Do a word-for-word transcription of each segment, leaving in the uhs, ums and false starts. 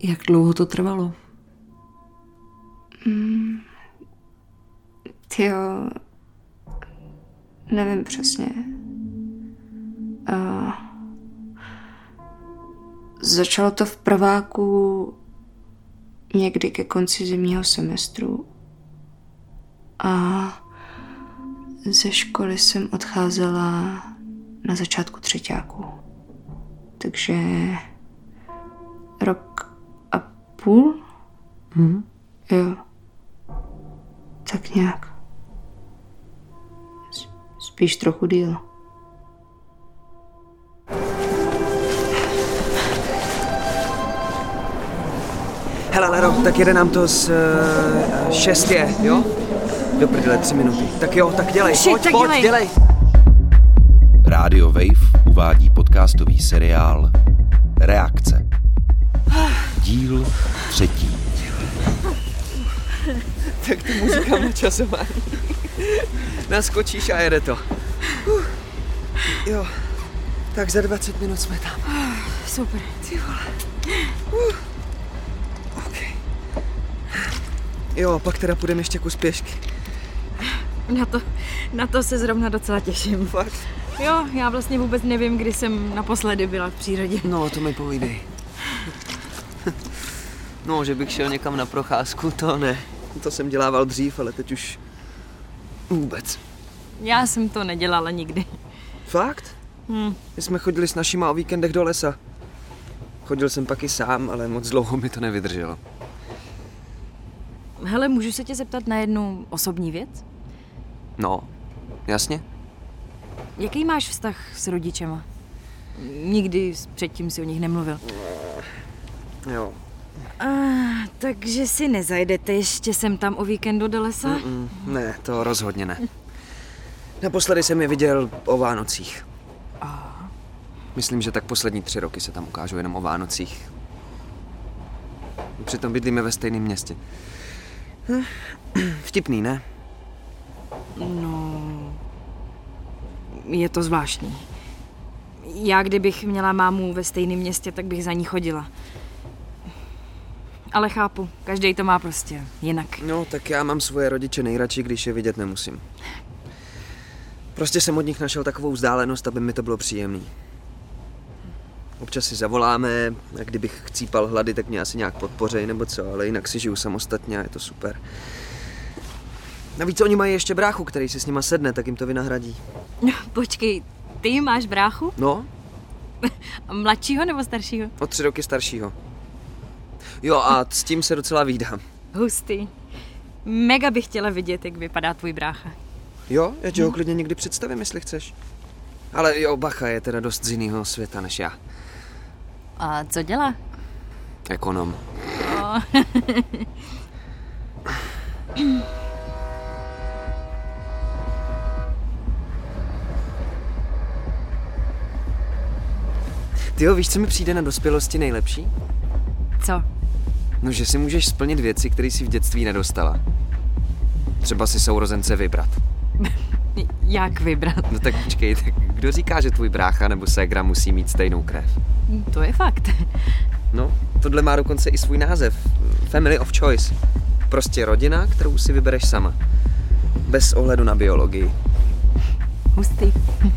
Jak dlouho to trvalo? Mm, tyjo, nevím přesně. Uh, začalo to v prváku někdy ke konci zimního semestru a ze školy jsem odcházela na začátku třeťáku. Takže rok a půl? Mhm. Jo. Tak nějak. Spíš trochu díl. Hele, Lero, tak jede nám to z uh, šest je, jo? Do prdele, tři minuty. Tak jo, tak dělej, Shit, pojď, tak pojď, dělej. dělej. Radio Wave uvádí podcastový seriál Reakce. Díl třetí. Tak ty muzika na časování. Naskočíš a jede to. Uh, jo, tak za dvacet minut jsme tam. Super. Ty vole. Uh, OK. Jo, pak teda půjdeme ještě kus pěšky. Na to, na to se zrovna docela těším. Fakt? Jo, já vlastně vůbec nevím, kdy jsem naposledy byla v přírodě. No, to mi povídej. No, že bych šel někam na procházku, to ne. To jsem dělával dřív, ale teď už vůbec. Já jsem to nedělala nikdy. Fakt? Hm. My jsme chodili s našima o víkendech do lesa. Chodil jsem pak i sám, ale moc dlouho mi to nevydrželo. Hele, můžu se tě zeptat na jednu osobní věc? No, jasně. Jaký máš vztah s rodičema? Nikdy předtím si o nich nemluvil. Jo. Ah, takže si nezajdete ještě sem tam o víkendu do lesa? Mm-mm, ne, to rozhodně ne. Naposledy jsem je viděl o Vánocích. Aha. Myslím, že tak poslední tři roky se tam ukážu jenom o Vánocích. Přitom bydlíme ve stejném městě. Hm. Vtipný, ne? No, je to zvláštní. Já kdybych měla mámu ve stejném městě, tak bych za ní chodila. Ale chápu, každej to má prostě jinak. No, tak já mám svoje rodiče nejradši, když je vidět nemusím. Prostě jsem od nich našel takovou vzdálenost, aby mi to bylo příjemný. Občas si zavoláme a kdybych chcípal hlady, tak mě asi nějak podpořej nebo co, ale jinak si žiju samostatně a je to super. Navíc oni mají ještě bráchu, který si s nima sedne, tak jim to vynahradí. No, počkej, ty máš bráchu? No, Mladšího nebo staršího? o tři roky staršího. Jo, a s tím se docela vídám. Hustý. Mega bych chtěla vidět, jak vypadá tvůj brácha. Jo, já ti ho klidně někdy představím, jestli chceš. Ale jo, bacha, je teda dost z jiného světa než já. A co dělá? Ekonom. Oh. Tyjo, víš, co mi přijde na dospělosti nejlepší? Co? No, že si můžeš splnit věci, které jsi v dětství nedostala. Třeba si sourozence vybrat. Jak vybrat? No tak počkej, tak kdo říká, že tvůj brácha nebo ségra musí mít stejnou krev? To je fakt. No, tohle má dokonce i svůj název. Family of Choice. Prostě rodina, kterou si vybereš sama. Bez ohledu na biologii. Hustý.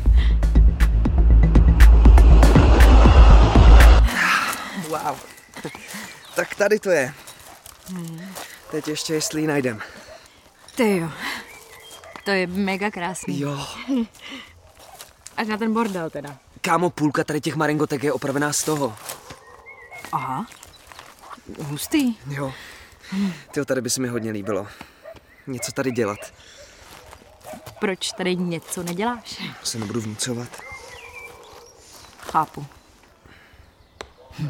Wow. Tak tady to je. Teď ještě, jestli ji najdem. Ty jo. To je mega krásný. Jo. Až na ten bordel teda. Kámo, půlka tady těch maringotek je opravená z toho. Aha. Hustý. Jo. Tyjo, tady by se mi hodně líbilo. Něco tady dělat. Proč tady něco neděláš? Se nebudu vnucovat. Chápu. Hm.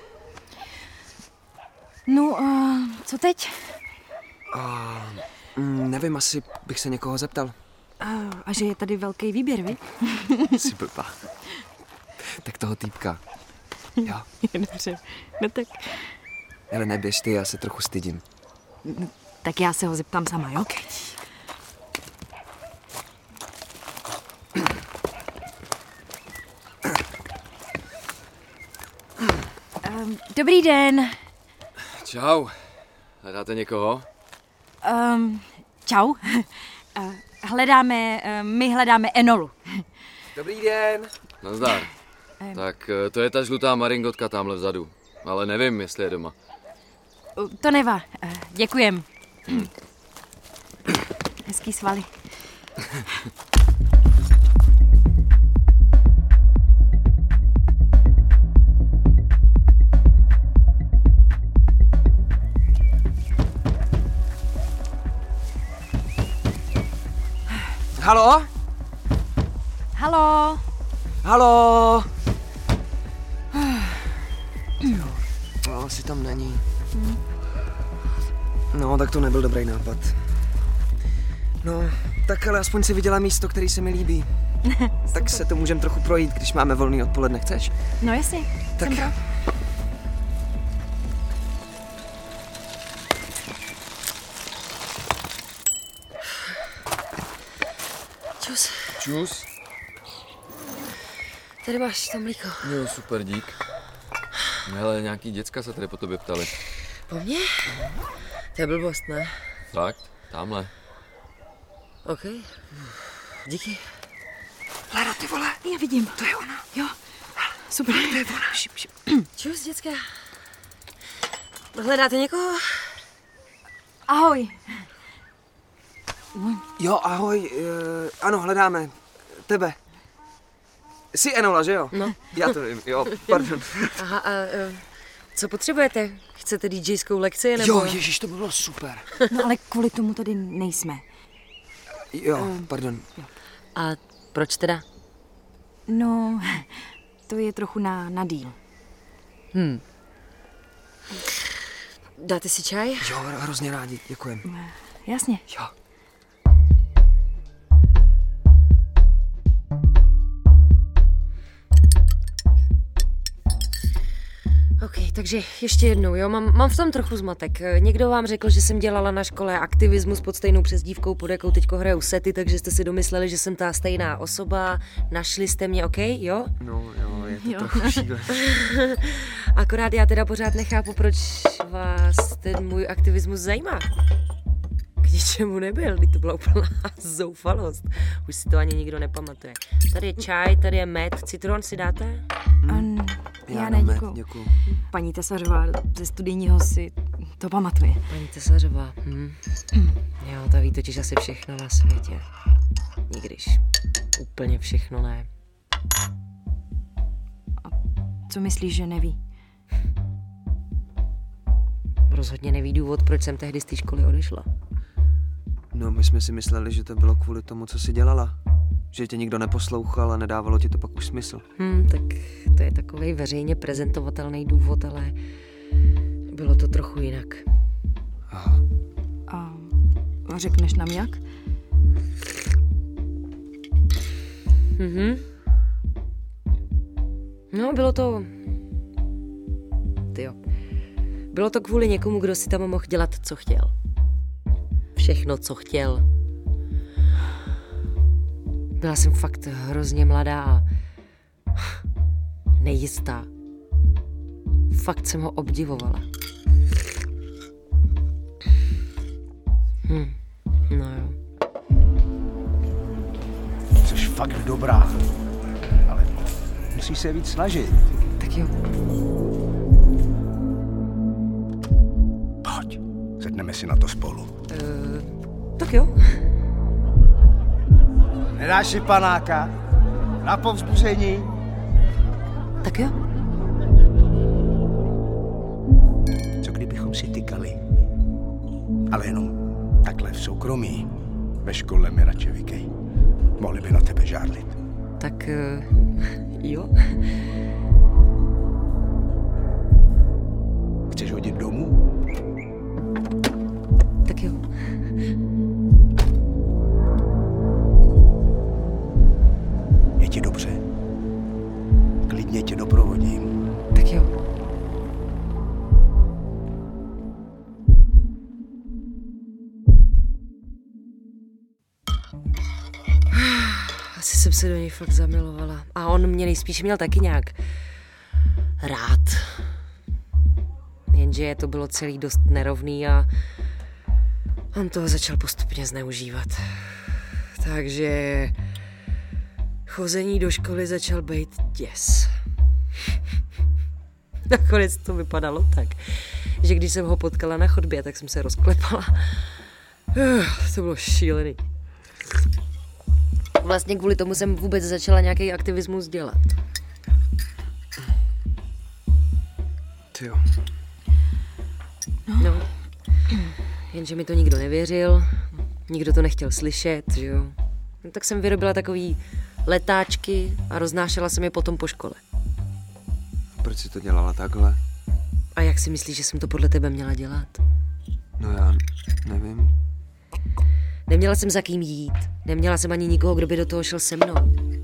No a co teď? Uh, mm, nevím, asi bych se někoho zeptal. A, a že je tady velký výběr, vi? Jsi blbá. Tak toho týpka. Jo. Dobře. No tak. Ale neběž ty, já se trochu stydím. Tak já se ho zeptám sama, jo? Okay. Um, dobrý den. Čau. Hledáte někoho? Um, čau. Uh, hledáme, uh, my hledáme Enolu. Dobrý den. Nazdar. Tak to je ta žlutá maringotka tamhle vzadu. Ale nevím, jestli je doma. Uh, to nevá. Uh, děkujem. Hmm. Hezký svaly. Halo? Halo? Halo? No, asi tam není. No, tak to nebyl dobrý nápad. No, tak ale aspoň si viděla místo, který se mi líbí. Tak se to můžeme trochu projít, když máme volný odpoledne, chceš? No jasně, tak... jsem pro. Čus. Čus. Tady máš to mlíko. Jo, super, dík. Hele, nějaký děcka se tady po tobě ptali. Po mně? To je blbost, ne? Tak, tamhle. OK. Díky. Lero, ty vole. Já vidím. To je ona. Jo. Super. To je ona. Šip, šip. Čus, děcka. Hledáte někoho? Ahoj. Jo, ahoj. Uh, ano, hledáme. Tebe. Jsi Enola, že jo? No. Já to vím, jo, pardon. Aha, a uh, co potřebujete? Chcete DJskou lekci, nebo? Jo, ježiš, to by bylo super. No ale kvůli tomu tady nejsme. Jo, pardon. A proč teda? No, to je trochu na, na díl. Hm. Dáte si čaj? Jo, hrozně rádi, děkujem. Jasně. Jo. OK, takže ještě jednou, jo, mám, mám v tom trochu zmatek. Někdo vám řekl, že jsem dělala na škole aktivismus pod stejnou přezdívkou, pod jakou teďko hraju sety, takže jste si domysleli, že jsem ta stejná osoba. Našli jste mě, OK, jo? No, jo, je to Jo. trochu šílené. Akorát já teda pořád nechápu, proč vás ten můj aktivismus zajímá. K ničemu nebyl, teď to byla úplná zoufalost. Už si to ani nikdo nepamatuje. Tady je čaj, tady je med, citron si dáte? Mm. Já, já no, ne, děkuju. děkuju. Paní Tesařová ze studijního si to pamatuje. Paní Tesařová, hm. Jo, ta ví totiž asi všechno na světě. I když úplně všechno ne. A co myslíš, že neví? Rozhodně neví důvod, proč jsem tehdy z té školy odešla. No, my jsme si mysleli, že to bylo kvůli tomu, co jsi dělala. Že tě nikdo neposlouchal a nedávalo ti to pak už smysl. Hm, tak to je takovej veřejně prezentovatelný důvod, ale bylo to trochu jinak. Aha. A řekneš nám jak? Mhm. No, bylo to... Tyjo. Bylo to kvůli někomu, kdo si tam mohl dělat, co chtěl. Všechno, co chtěl. Byla jsem fakt hrozně mladá a nejistá. Fakt jsem ho obdivovala. Hm, no jo. Jsi fakt dobrá, ale musíš se víc snažit. Tak jo. Pojď, sedneme si na to spolu. Uh, tak jo. Nedáš si panáka? Na povzbuzení? Tak jo. Co kdybychom si tykali? Ale jenom takhle v soukromí. Ve škole mi radši vykej. Mohli by na tebe žárlit. Tak uh, jo. Chceš hodit domů? Tak jo. Je ti dobře? Klidně tě doprovodím. Tak jo. Asi jsem se do něj fakt zamilovala. A on mě nejspíš měl taky nějak rád. jenže to bylo celý dost nerovný a on toho začal postupně zneužívat. Takže chození do školy začal být děs. Nakonec to vypadalo tak, že když jsem ho potkala na chodbě, tak jsem se rozklepala. To bylo šílený. Vlastně kvůli tomu jsem vůbec začala nějaký aktivismus dělat. Tyjo. No, jenže mi to nikdo nevěřil, nikdo to nechtěl slyšet, že jo. No, tak jsem vyrobila takový letáčky a roznášela jsem je potom po škole. Proč jsi to dělala takhle? A jak si myslíš, že jsem to podle tebe měla dělat? No já nevím. Neměla jsem za kým jít, neměla jsem ani nikoho, kdo by do toho šel se mnou.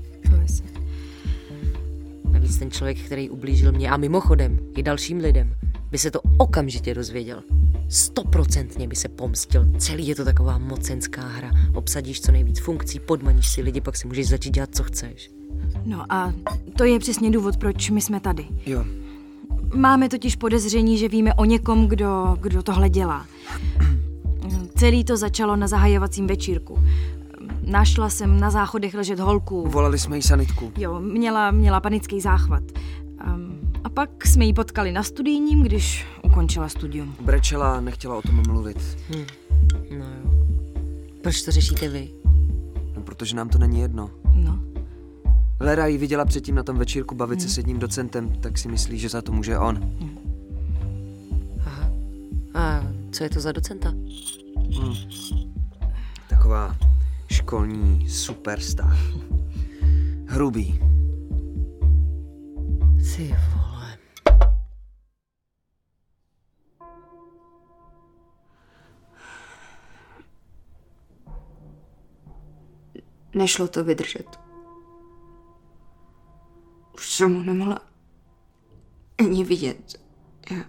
Navíc ten člověk, který ublížil mě a mimochodem i dalším lidem, by se to okamžitě dozvěděl. Stoprocentně by se pomstil. Celý je to taková mocenská hra. Obsadíš co nejvíc funkcí, podmaníš si lidi, pak si můžeš začít dělat, co chceš. No a to je přesně důvod, proč my jsme tady. Jo. Máme totiž podezření, že víme o někom, kdo, kdo tohle dělá. Celý to začalo na zahajovacím večírku. Našla jsem na záchodech ležet holku. Volali jsme jí sanitku. Jo, měla, měla panický záchvat. Um, a pak jsme ji potkali na studijním, když ukončila studium. Brečela, nechtěla o tom mluvit. Hm. No jo. Proč to řešíte vy? No, protože nám to není jedno. No. Lera ji viděla předtím na tom večírku bavit hmm. se s jedním docentem, tak si myslí, že za to může on. Hmm. Aha. A co je to za docenta? Hmm. Taková školní superstar. Hrubý. Ty vole. Nešlo to vydržet. Už jsem mu nemohla ani vidět. Já...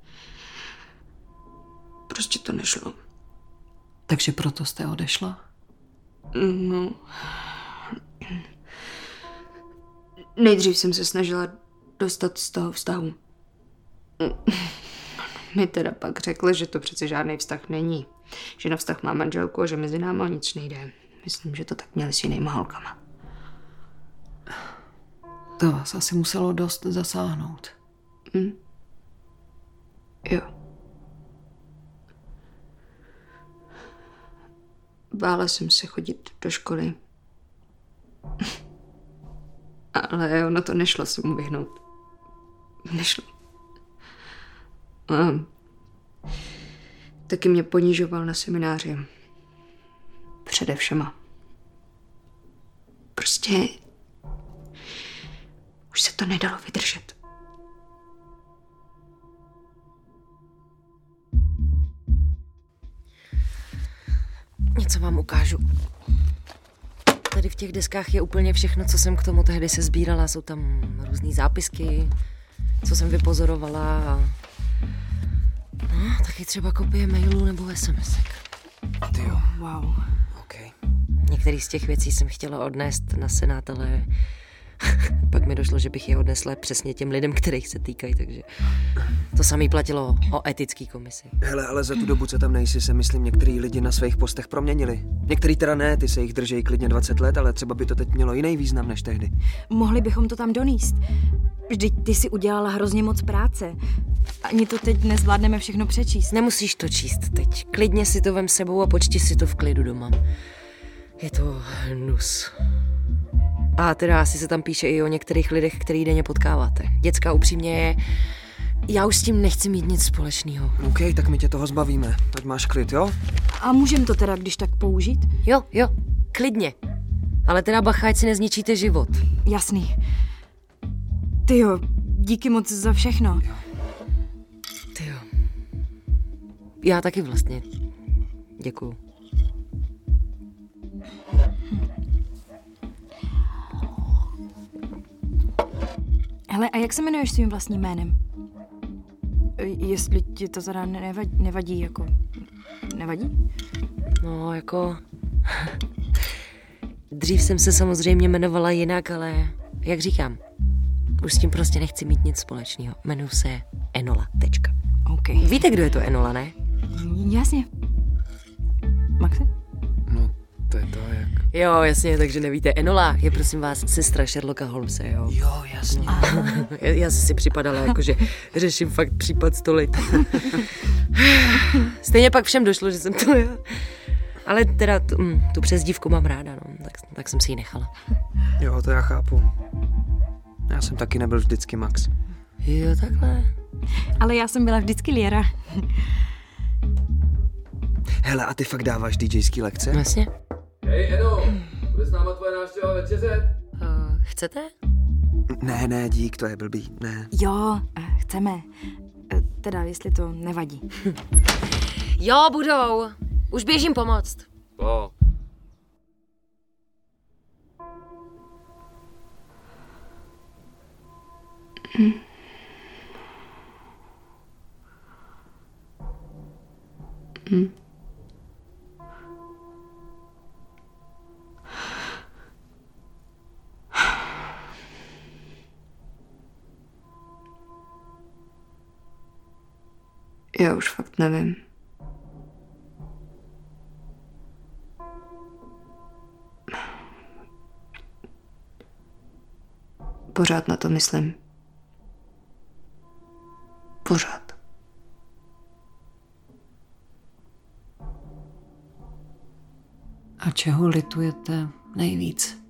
Prostě to nešlo. Takže proto jste odešla? No. Nejdřív jsem se snažila dostat z toho vztahu. Mi teda pak řekli, že to přece žádný vztah není. Že na vztah má manželku a že mezi náma nic nejde. Myslím, že to tak měli s jinýma holkama. To vás asi muselo dost zasáhnout. Hm? Jo. Bála jsem se chodit do školy. Ale ono to nešlo se mu vyhnout. Nešlo. A taky mě ponižoval na semináři. Přede všema. Prostě už se to nedalo vydržet. Něco vám ukážu. Tady v těch deskách je úplně všechno, co jsem k tomu tehdy se sbírala. Jsou tam různý zápisky, co jsem vypozorovala a no, taky třeba kopie mailů nebo SMSek. Tyjo. Wow. Okay. Některý z těch věcí jsem chtěla odnést na senát, ale pak mi došlo, že bych je odnesla přesně těm lidem, kterých se týkají, takže to samý platilo o etický komisi. Hele, ale za tu dobu, co tam nejsi, se myslím, některý lidi na svých postech proměnili. Některý teda ne, ty se jich držejí klidně dvacet let, ale třeba by to teď mělo jiný význam než tehdy. Mohli bychom to tam donést. Vždyť ty si udělala hrozně moc práce. Ani to teď nezvládneme všechno přečíst. Nemusíš to číst teď. Klidně si to vem sebou a počti si to v klidu doma. Je to hnus. A teda asi se tam píše i o některých lidech, který denně potkáváte. Děcka, upřímně, já už s tím nechci mít nic společného. OK, tak my tě toho zbavíme. Teď máš klid, jo? A můžem to teda když tak použít? Jo, jo, klidně. Ale teda bacha, ať si nezničíte život. Jasný. Tyjo, díky moc za všechno. Tyjo. Já taky vlastně. Děkuju. Hele, a jak se jmenuješ svým vlastním jménem? Jestli ti to teda nevadí, nevadí jako... Nevadí? No, jako... Dřív jsem se samozřejmě jmenovala jinak, ale jak říkám, už s tím prostě nechci mít nic společného. Jmenuji se Enola, tečka. OK. Víte, kdo je to Enola, ne? Jasně. Maxi? No, to je to jak... Jo, jasně, takže nevíte. Enola je, prosím vás, sestra Sherlocka Holmese, jo? Jo, jasně. já, já si připadala, jako, že řeším fakt případ sto let. Stejně pak všem došlo, že jsem to já. Ale teda tu, mm, tu přezdívku mám ráda, no. tak, tak jsem si ji nechala. Jo, to já chápu. Já jsem taky nebyl vždycky Max. Jo, takhle. Ale já jsem byla vždycky Liera. Hele, a ty fakt dáváš DJský lekce? Vlastně. Hej, Eno, bude s náma tvoje návštěva večeře? Uh, chcete? Ne, ne, dík, to je blbý, ne. Jo, chceme. Teda, jestli to nevadí. Jo, budou. Už běžím pomoct. Po. Mm. Mm. Já už fakt nevím. Pořád na to myslím. Pořád. A čeho litujete nejvíc?